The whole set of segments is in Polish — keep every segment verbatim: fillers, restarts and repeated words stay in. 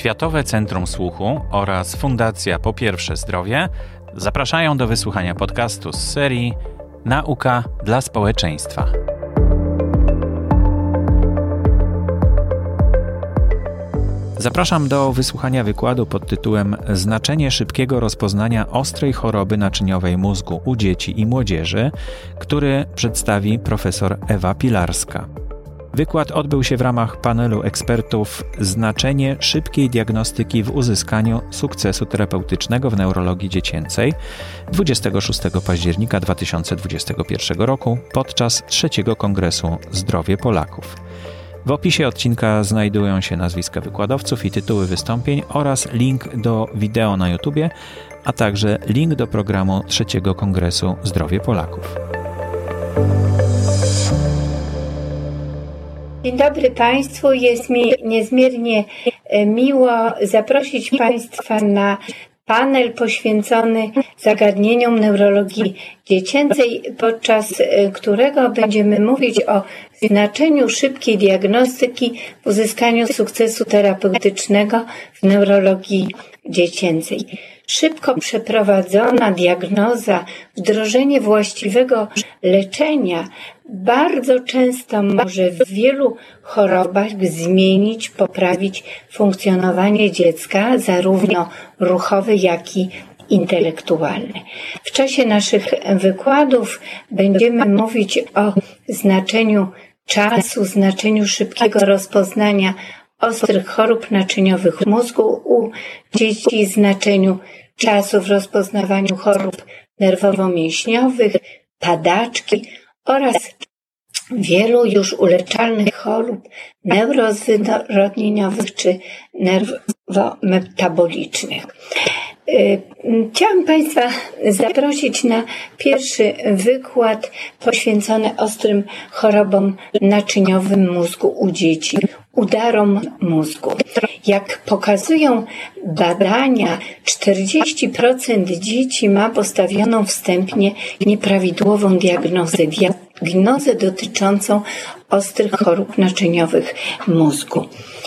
Światowe Centrum Słuchu oraz Fundacja Po Pierwsze Zdrowie zapraszają do wysłuchania podcastu z serii Nauka dla społeczeństwa. Zapraszam do wysłuchania wykładu pod tytułem Znaczenie szybkiego rozpoznania ostrej choroby naczyniowej mózgu u dzieci i młodzieży, który przedstawi profesor Ewa Pilarska. Wykład odbył się w ramach panelu ekspertów Znaczenie szybkiej diagnostyki w uzyskaniu sukcesu terapeutycznego w neurologii dziecięcej dwudziestego szóstego października dwa tysiące dwudziestego pierwszego roku podczas trzeciego Kongresu Zdrowie Polaków. W opisie odcinka znajdują się nazwiska wykładowców i tytuły wystąpień oraz link do wideo na YouTubie, a także link do programu trzeciego Kongresu Zdrowie Polaków. Dzień dobry Państwu. Jest mi niezmiernie miło zaprosić Państwa na panel poświęcony zagadnieniom neurologii dziecięcej, podczas którego będziemy mówić o znaczeniu szybkiej diagnostyki w uzyskaniu sukcesu terapeutycznego w neurologii dziecięcej. Szybko przeprowadzona diagnoza, wdrożenie właściwego leczenia bardzo często może w wielu chorobach zmienić, poprawić funkcjonowanie dziecka, zarówno ruchowe, jak i intelektualne. W czasie naszych wykładów będziemy mówić o znaczeniu czasu, znaczeniu szybkiego rozpoznania ostrych chorób naczyniowych mózgu u dzieci, znaczeniu czasu w rozpoznawaniu chorób nerwowo-mięśniowych, padaczki oraz wielu już uleczalnych chorób neurozwyrodnieniowych czy nerwometabolicznych. Chciałam Państwa zaprosić na pierwszy wykład poświęcony ostrym chorobom naczyniowym mózgu u dzieci, udarom mózgu. Jak pokazują badania, czterdzieści procent dzieci ma postawioną wstępnie nieprawidłową diagnozę, diagnozę dotyczącą ostrych chorób naczyniowych mózgu.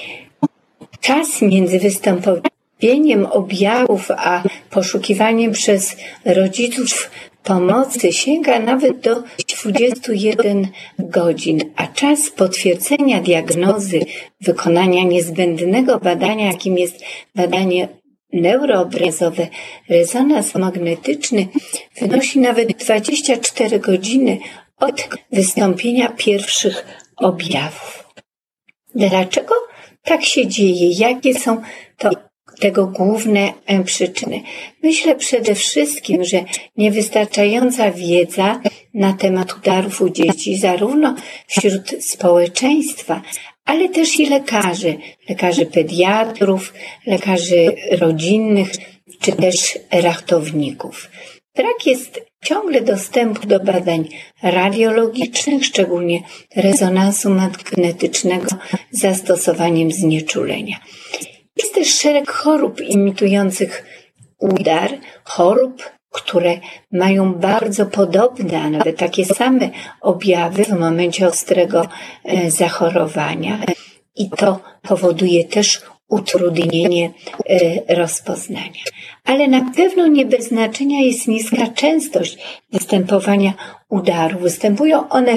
Czas między wystąpieniem objawów a poszukiwaniem przez rodziców pomocy sięga nawet do dwudziestu jeden godzin, a czas potwierdzenia diagnozy, wykonania niezbędnego badania, jakim jest badanie neuroobrazowe, rezonans magnetyczny, wynosi nawet dwadzieścia cztery godziny od wystąpienia pierwszych objawów. Dlaczego tak się dzieje? Jakie są to tego główne przyczyny? Myślę przede wszystkim, że niewystarczająca wiedza na temat udarów u dzieci, zarówno wśród społeczeństwa, ale też i lekarzy, lekarzy pediatrów, lekarzy rodzinnych, czy też ratowników. Brak jest ciągle dostępu do badań radiologicznych, szczególnie rezonansu magnetycznego z zastosowaniem znieczulenia. Jest też szereg chorób imitujących udar, chorób, które mają bardzo podobne, a nawet takie same objawy w momencie ostrego zachorowania i to powoduje też utrudnienie rozpoznania. Ale na pewno nie bez znaczenia jest niska częstość występowania udarów. Występują one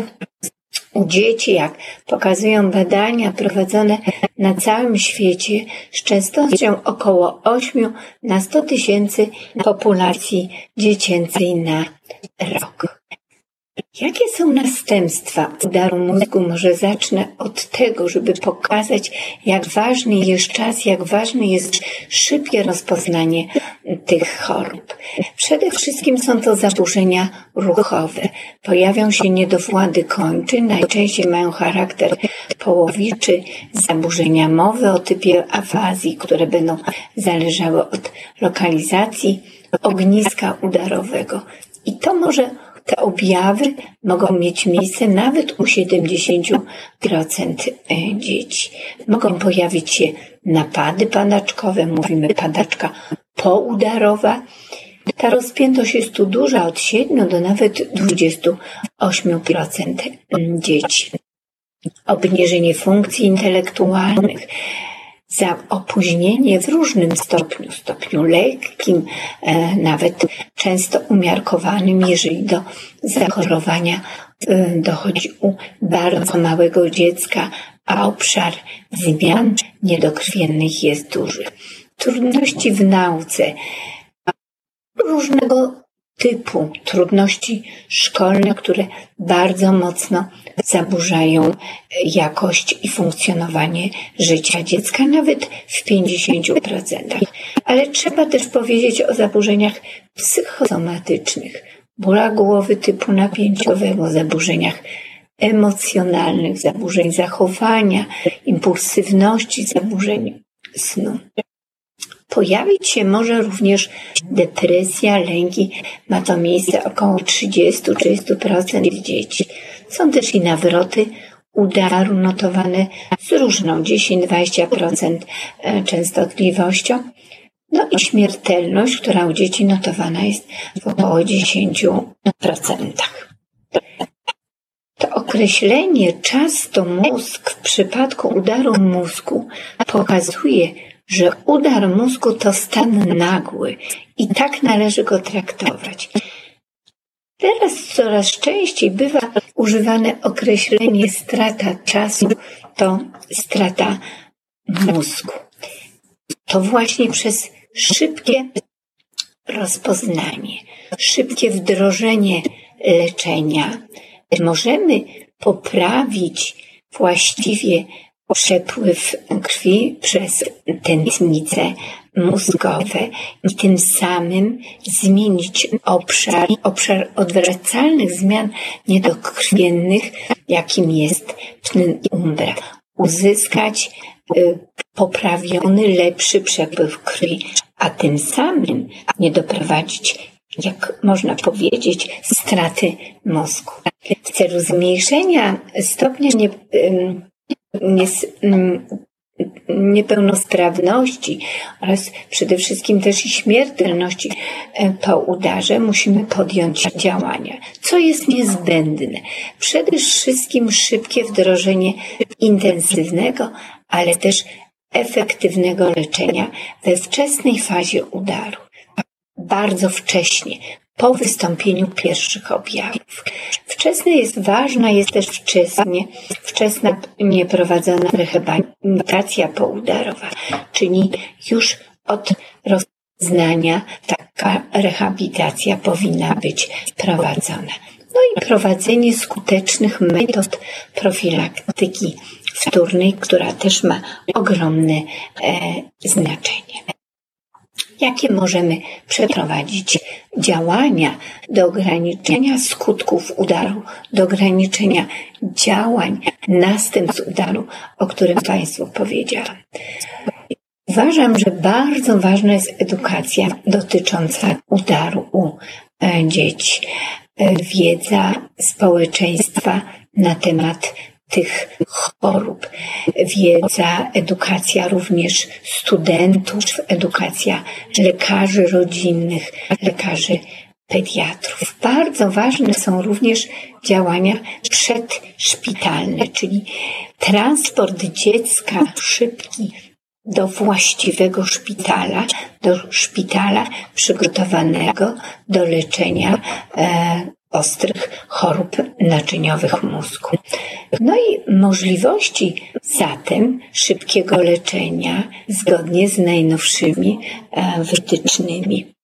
u dzieci, jak pokazują badania prowadzone na całym świecie, z częstością około ośmiu na sto tysięcy populacji dziecięcej na rok. Jakie są następstwa udaru mózgu? Może zacznę od tego, żeby pokazać, jak ważny jest czas, jak ważne jest szybkie rozpoznanie tych chorób. Przede wszystkim są to zaburzenia ruchowe. Pojawią się niedowłady kończyn, najczęściej mają charakter połowiczy, zaburzenia mowy o typie afazji, które będą zależały od lokalizacji ogniska udarowego. I to może Te objawy mogą mieć miejsce nawet u siedemdziesięciu procent dzieci. Mogą pojawić się napady padaczkowe, mówimy padaczka poudarowa. Ta rozpiętość jest tu duża, od siedmiu do nawet dwudziestu ośmiu procent dzieci. Obniżenie funkcji intelektualnych, za opóźnienie w różnym stopniu, stopniu lekkim, e, nawet często umiarkowanym, jeżeli do zachorowania e, dochodzi u bardzo małego dziecka, a obszar zmian niedokrwiennych jest duży. Trudności w nauce, różnego typu trudności szkolne, które bardzo mocno zaburzają jakość i funkcjonowanie życia dziecka, nawet w pięćdziesięciu procentach. Ale trzeba też powiedzieć o zaburzeniach psychosomatycznych, bóla głowy typu napięciowego, zaburzeniach emocjonalnych, zaburzeń zachowania, impulsywności, zaburzeń snu. Pojawić się może również depresja, lęki. Ma to miejsce około trzydzieści do trzydziestu procent dzieci. Są też i nawroty udaru notowane z różną dziesięć do dwudziestu procent częstotliwością. No i śmiertelność, która u dzieci notowana jest w około dziesięciu procentach. To określenie czas to mózg w przypadku udaru mózgu pokazuje, że udar mózgu to stan nagły i tak należy go traktować. Teraz coraz częściej bywa używane określenie strata czasu to strata mózgu. To właśnie przez szybkie rozpoznanie, szybkie wdrożenie leczenia możemy poprawić właściwie przepływ krwi przez tętnice mózgowe i tym samym zmienić obszar, obszar odwracalnych zmian niedokrwiennych, jakim jest penumbra. Uzyskać y, poprawiony, lepszy przepływ krwi, a tym samym nie doprowadzić, jak można powiedzieć, straty mózgu. W celu zmniejszenia stopnia nie, y, nie, niepełnosprawności oraz przede wszystkim też i śmiertelności po udarze musimy podjąć działania. Co jest niezbędne? Przede wszystkim szybkie wdrożenie intensywnego, ale też efektywnego leczenia we wczesnej fazie udaru. Bardzo wcześnie, po wystąpieniu pierwszych objawów. Wczesne jest ważna, jest też wczesnie, wczesna nieprowadzona rehabilitacja poudarowa, czyli już od rozpoznania taka rehabilitacja powinna być prowadzona. No i prowadzenie skutecznych metod profilaktyki wtórnej, która też ma ogromne e, znaczenie. Jakie możemy przeprowadzić działania do ograniczenia skutków udaru, do ograniczenia działań, następstw udaru, o którym Państwu powiedziałam. Uważam, że bardzo ważna jest edukacja dotycząca udaru u dzieci. Wiedza społeczeństwa na temat tych chorób, wiedza, edukacja również studentów, edukacja lekarzy rodzinnych, lekarzy pediatrów. Bardzo ważne są również działania przedszpitalne, czyli transport dziecka szybki do właściwego szpitala, do szpitala przygotowanego do leczenia e, ostrych chorób naczyniowych mózgu. No i możliwości zatem szybkiego leczenia zgodnie z najnowszymi e, wytycznymi.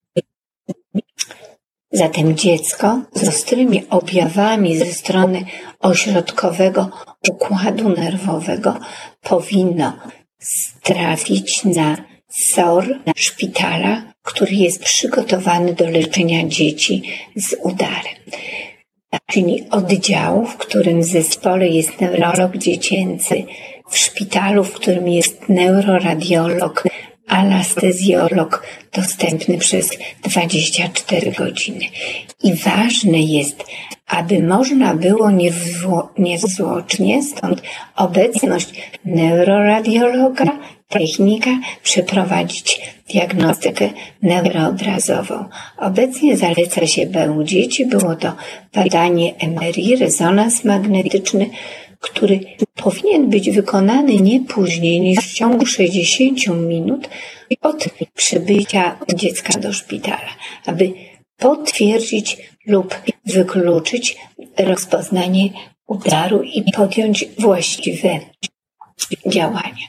Zatem dziecko z ostrymi objawami ze strony ośrodkowego układu nerwowego powinno trafić na S O R szpitala, który jest przygotowany do leczenia dzieci z udarem. Czyli oddziału, w którym w zespole jest neurolog dziecięcy, w szpitalu, w którym jest neuroradiolog, anestezjolog dostępny przez dwadzieścia cztery godziny. I ważne jest, aby można było niezwo- niezwłocznie, stąd obecność neuroradiologa, technika, przeprowadzić diagnostykę neuroobrazową. Obecnie zaleca się B U dzieci, było to badanie M R I, rezonans magnetyczny, który powinien być wykonany nie później niż w ciągu sześćdziesięciu minut od przybycia dziecka do szpitala, aby potwierdzić lub wykluczyć rozpoznanie udaru i podjąć właściwe działania.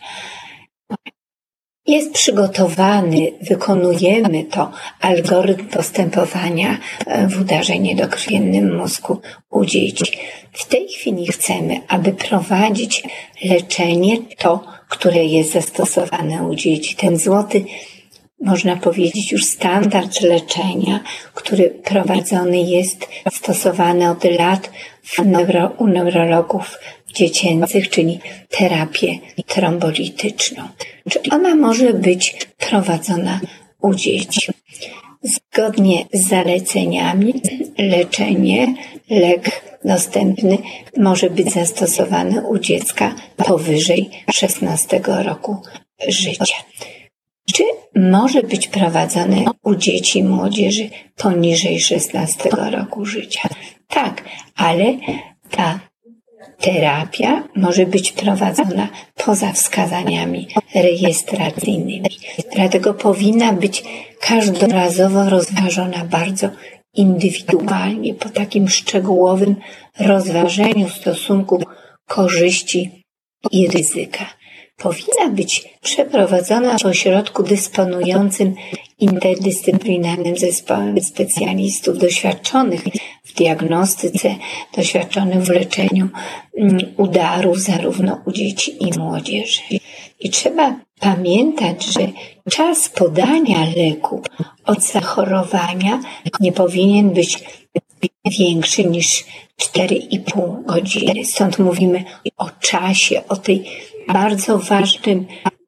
Jest przygotowany, wykonujemy to, algorytm postępowania w udarze niedokrwiennym mózgu u dzieci. W tej chwili chcemy, aby prowadzić leczenie, to, które jest zastosowane u dzieci. Ten złoty, można powiedzieć, już standard leczenia, który prowadzony jest, stosowany od lat w neuro, u neurologów dziecięcych, czyli terapię trombolityczną. Czyli ona może być prowadzona u dzieci. Zgodnie z zaleceniami leczenie, lek dostępny może być zastosowany u dziecka powyżej szesnastego roku życia. Czy może być prowadzone u dzieci i młodzieży poniżej szesnastego roku życia? Tak, ale ta terapia może być prowadzona poza wskazaniami rejestracyjnymi. Dlatego powinna być każdorazowo rozważona bardzo indywidualnie, po takim szczegółowym rozważeniu stosunku korzyści i ryzyka. Powinna być przeprowadzona w ośrodku dysponującym interdyscyplinarnym zespołem specjalistów doświadczonych w diagnostyce, doświadczonych w leczeniu udarów zarówno u dzieci i młodzieży. I trzeba pamiętać, że czas podania leku od zachorowania nie powinien być większy niż cztery i pół godziny. Stąd mówimy o czasie, o tej bardzo ważnym,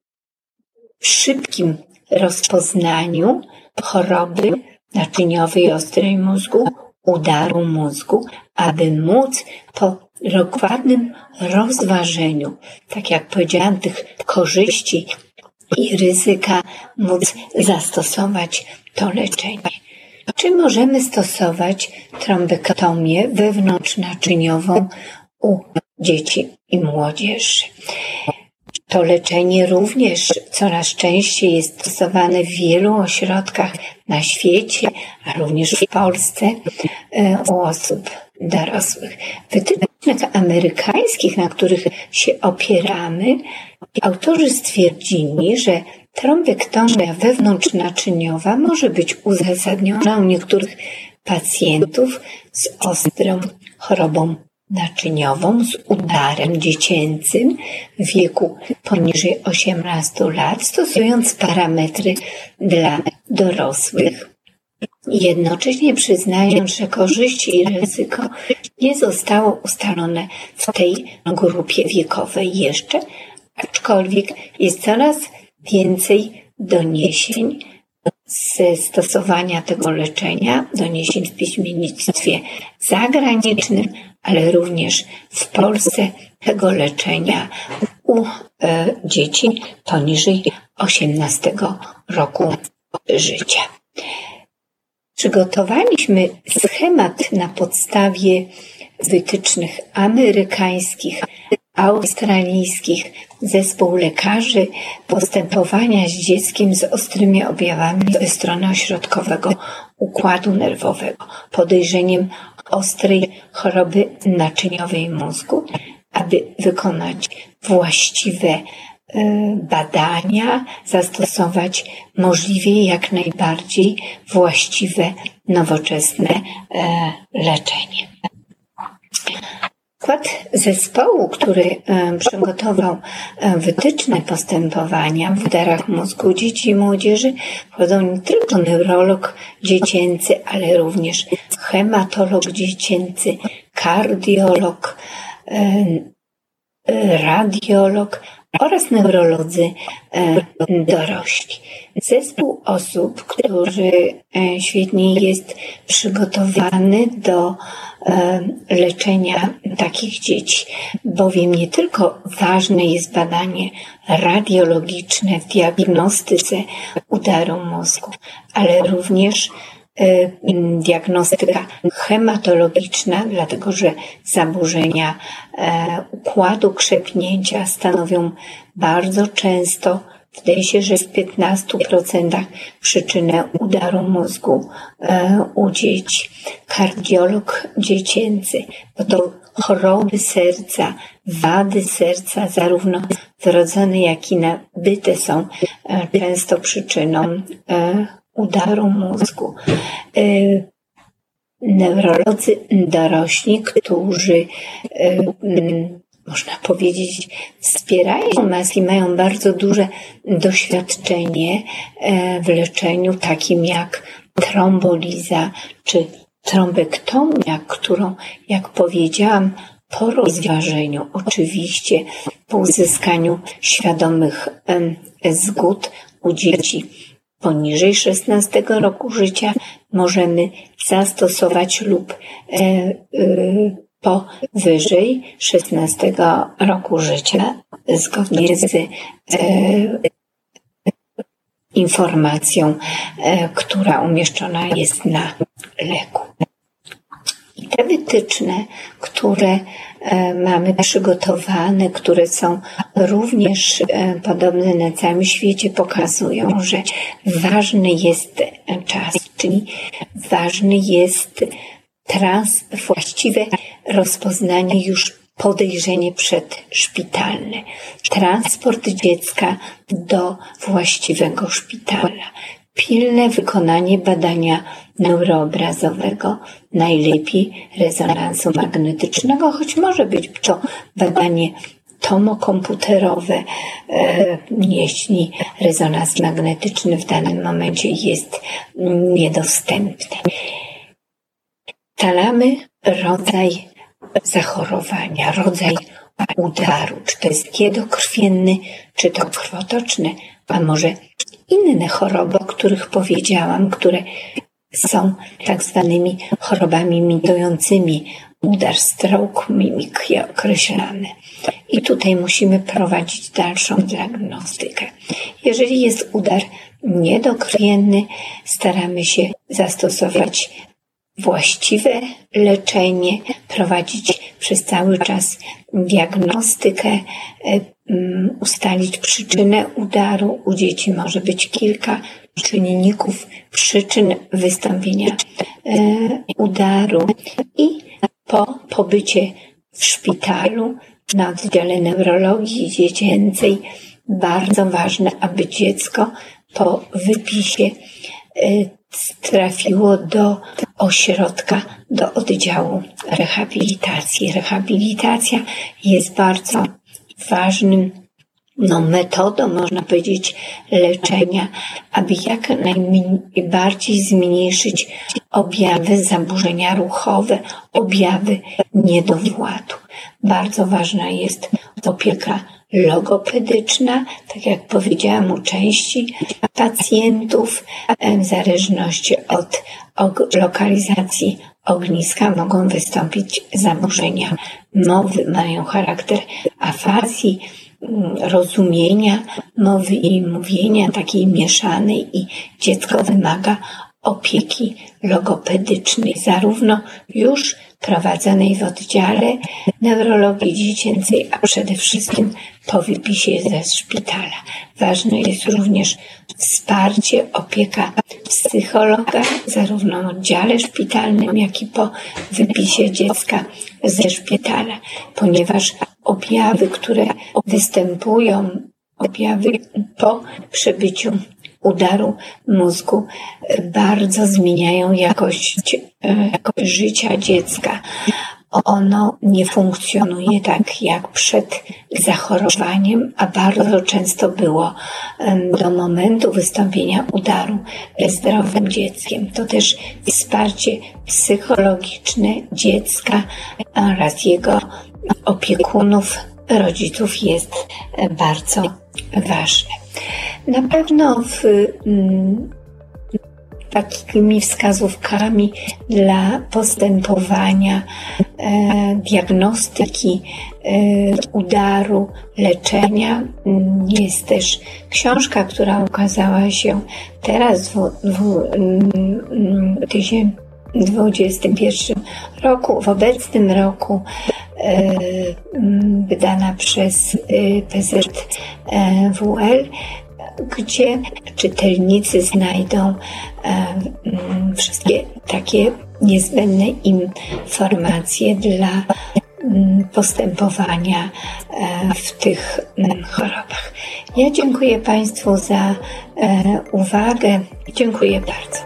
szybkim rozpoznaniu choroby naczyniowej ostrej mózgu, udaru mózgu, aby móc po dokładnym rozważeniu, tak jak powiedziałam, tych korzyści i ryzyka, móc zastosować to leczenie. Czy możemy stosować trombektomię wewnątrznaczyniową u dzieci i młodzieży? To leczenie również coraz częściej jest stosowane w wielu ośrodkach na świecie, a również w Polsce u osób dorosłych. W wytycznych amerykańskich, na których się opieramy, autorzy stwierdzili, że trombektomia wewnątrznaczyniowa może być uzasadniona u niektórych pacjentów z ostrą chorobą naczyniową, z udarem dziecięcym w wieku poniżej osiemnastu lat, stosując parametry dla dorosłych. Jednocześnie przyznając, że korzyści i ryzyko nie zostało ustalone w tej grupie wiekowej jeszcze, aczkolwiek jest coraz więcej doniesień ze stosowania tego leczenia, doniesień w piśmiennictwie zagranicznym, ale również w Polsce tego leczenia u e, dzieci poniżej osiemnastego roku życia. Przygotowaliśmy schemat na podstawie wytycznych amerykańskich, australijskich, zespół lekarzy postępowania z dzieckiem z ostrymi objawami ze strony ośrodkowego układu nerwowego, podejrzeniem ostrej choroby naczyniowej mózgu, aby wykonać właściwe badania, zastosować możliwie jak najbardziej właściwe, nowoczesne leczenie. Skład zespołu, który przygotował wytyczne postępowania w udarach mózgu dzieci i młodzieży, wchodzą nie tylko neurolog dziecięcy, ale również hematolog dziecięcy, kardiolog, radiolog oraz neurolodzy dorośli. Zespół osób, który świetnie jest przygotowany do leczenia takich dzieci, bowiem nie tylko ważne jest badanie radiologiczne w diagnostyce udaru mózgu, ale również diagnostyka hematologiczna, dlatego że zaburzenia układu krzepnięcia stanowią bardzo często, wydaje się, że w piętnastu procentach przyczynę udaru mózgu u dzieci. Kardiolog dziecięcy, bo to choroby serca, wady serca, zarówno wrodzone, jak i nabyte, są często przyczyną udaru mózgu. Neurolodzy dorośli, którzy można powiedzieć wspierają nas i mają bardzo duże doświadczenie w leczeniu, takim jak tromboliza czy trombektomia, którą, jak powiedziałam, po rozważeniu, oczywiście po uzyskaniu świadomych zgód u dzieci poniżej szesnastego roku życia możemy zastosować lub e, e, powyżej szesnastego roku życia, zgodnie z e, informacją, e, która umieszczona jest na leku. I te wytyczne, które mamy przygotowane, które są również podobne na całym świecie, pokazują, że ważny jest czas, czyli ważny jest trans, właściwe rozpoznanie, już podejrzenie przedszpitalne, transport dziecka do właściwego szpitala, pilne wykonanie badania neuroobrazowego, najlepiej rezonansu magnetycznego, choć może być to badanie tomokomputerowe, e, jeśli rezonans magnetyczny w danym momencie jest niedostępny. Ustalamy rodzaj zachorowania, rodzaj udaru, czy to jest niedokrwienny, czy to krwotoczny, a może inne choroby, o których powiedziałam, które są tak zwanymi chorobami imitującymi udar, stroke, mimik je określane. I tutaj musimy prowadzić dalszą diagnostykę. Jeżeli jest udar niedokrwienny, staramy się zastosować właściwe leczenie, prowadzić przez cały czas diagnostykę, ustalić przyczynę udaru. U dzieci może być kilka czynników przyczyn wystąpienia udaru i po pobycie w szpitalu na oddziale neurologii dziecięcej bardzo ważne, aby dziecko po wypisie trafiło do ośrodka, do oddziału rehabilitacji. Rehabilitacja jest bardzo ważnym no, metodą, można powiedzieć, leczenia, aby jak najbardziej zmniejszyć objawy zaburzenia ruchowe, objawy niedowładu. Bardzo ważna jest opieka logopedyczna, tak jak powiedziałam, u części pacjentów, w zależności od lokalizacji ogniska mogą wystąpić zaburzenia mowy, mają charakter afazji, rozumienia mowy i mówienia, takiej mieszanej, i dziecko wymaga opieki logopedycznej, zarówno już prowadzonej w oddziale neurologii dziecięcej, a przede wszystkim po wypisie ze szpitala. Ważne jest również wsparcie, opieka psychologa, zarówno w oddziale szpitalnym, jak i po wypisie dziecka ze szpitala, ponieważ objawy, które występują, objawy po przebyciu udaru mózgu bardzo zmieniają jakość, jakość życia dziecka. Ono nie funkcjonuje tak jak przed zachorowaniem, a bardzo często było do momentu wystąpienia udaru zdrowym dzieckiem. To też wsparcie psychologiczne dziecka oraz jego opiekunów, rodziców jest bardzo ważne. Na pewno w takimi wskazówkami dla postępowania, e, diagnostyki e, udaru, leczenia. Jest też książka, która ukazała się teraz w dwa tysiące dwudziestym pierwszym roku, w obecnym roku, e, wydana przez P Z W L, gdzie czytelnicy znajdą e, wszystkie takie niezbędne informacje dla postępowania w tych chorobach. Ja dziękuję Państwu za e, uwagę. Dziękuję bardzo.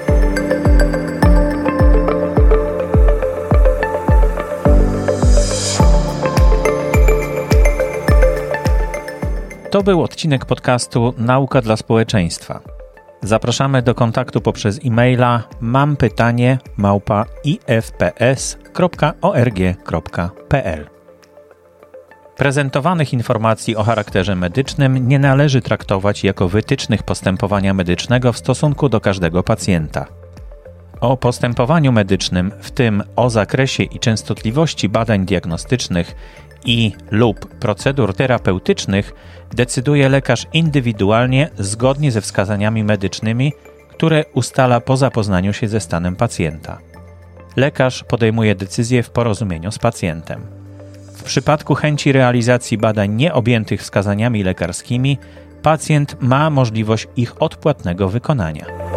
To był odcinek podcastu Nauka dla społeczeństwa. Zapraszamy do kontaktu poprzez e-maila mam pytanie małpa i f p s kropka org kropka p l. Prezentowanych informacji o charakterze medycznym nie należy traktować jako wytycznych postępowania medycznego w stosunku do każdego pacjenta. O postępowaniu medycznym, w tym o zakresie i częstotliwości badań diagnostycznych i lub procedur terapeutycznych, decyduje lekarz indywidualnie zgodnie ze wskazaniami medycznymi, które ustala po zapoznaniu się ze stanem pacjenta. Lekarz podejmuje decyzję w porozumieniu z pacjentem. W przypadku chęci realizacji badań nieobjętych wskazaniami lekarskimi, pacjent ma możliwość ich odpłatnego wykonania.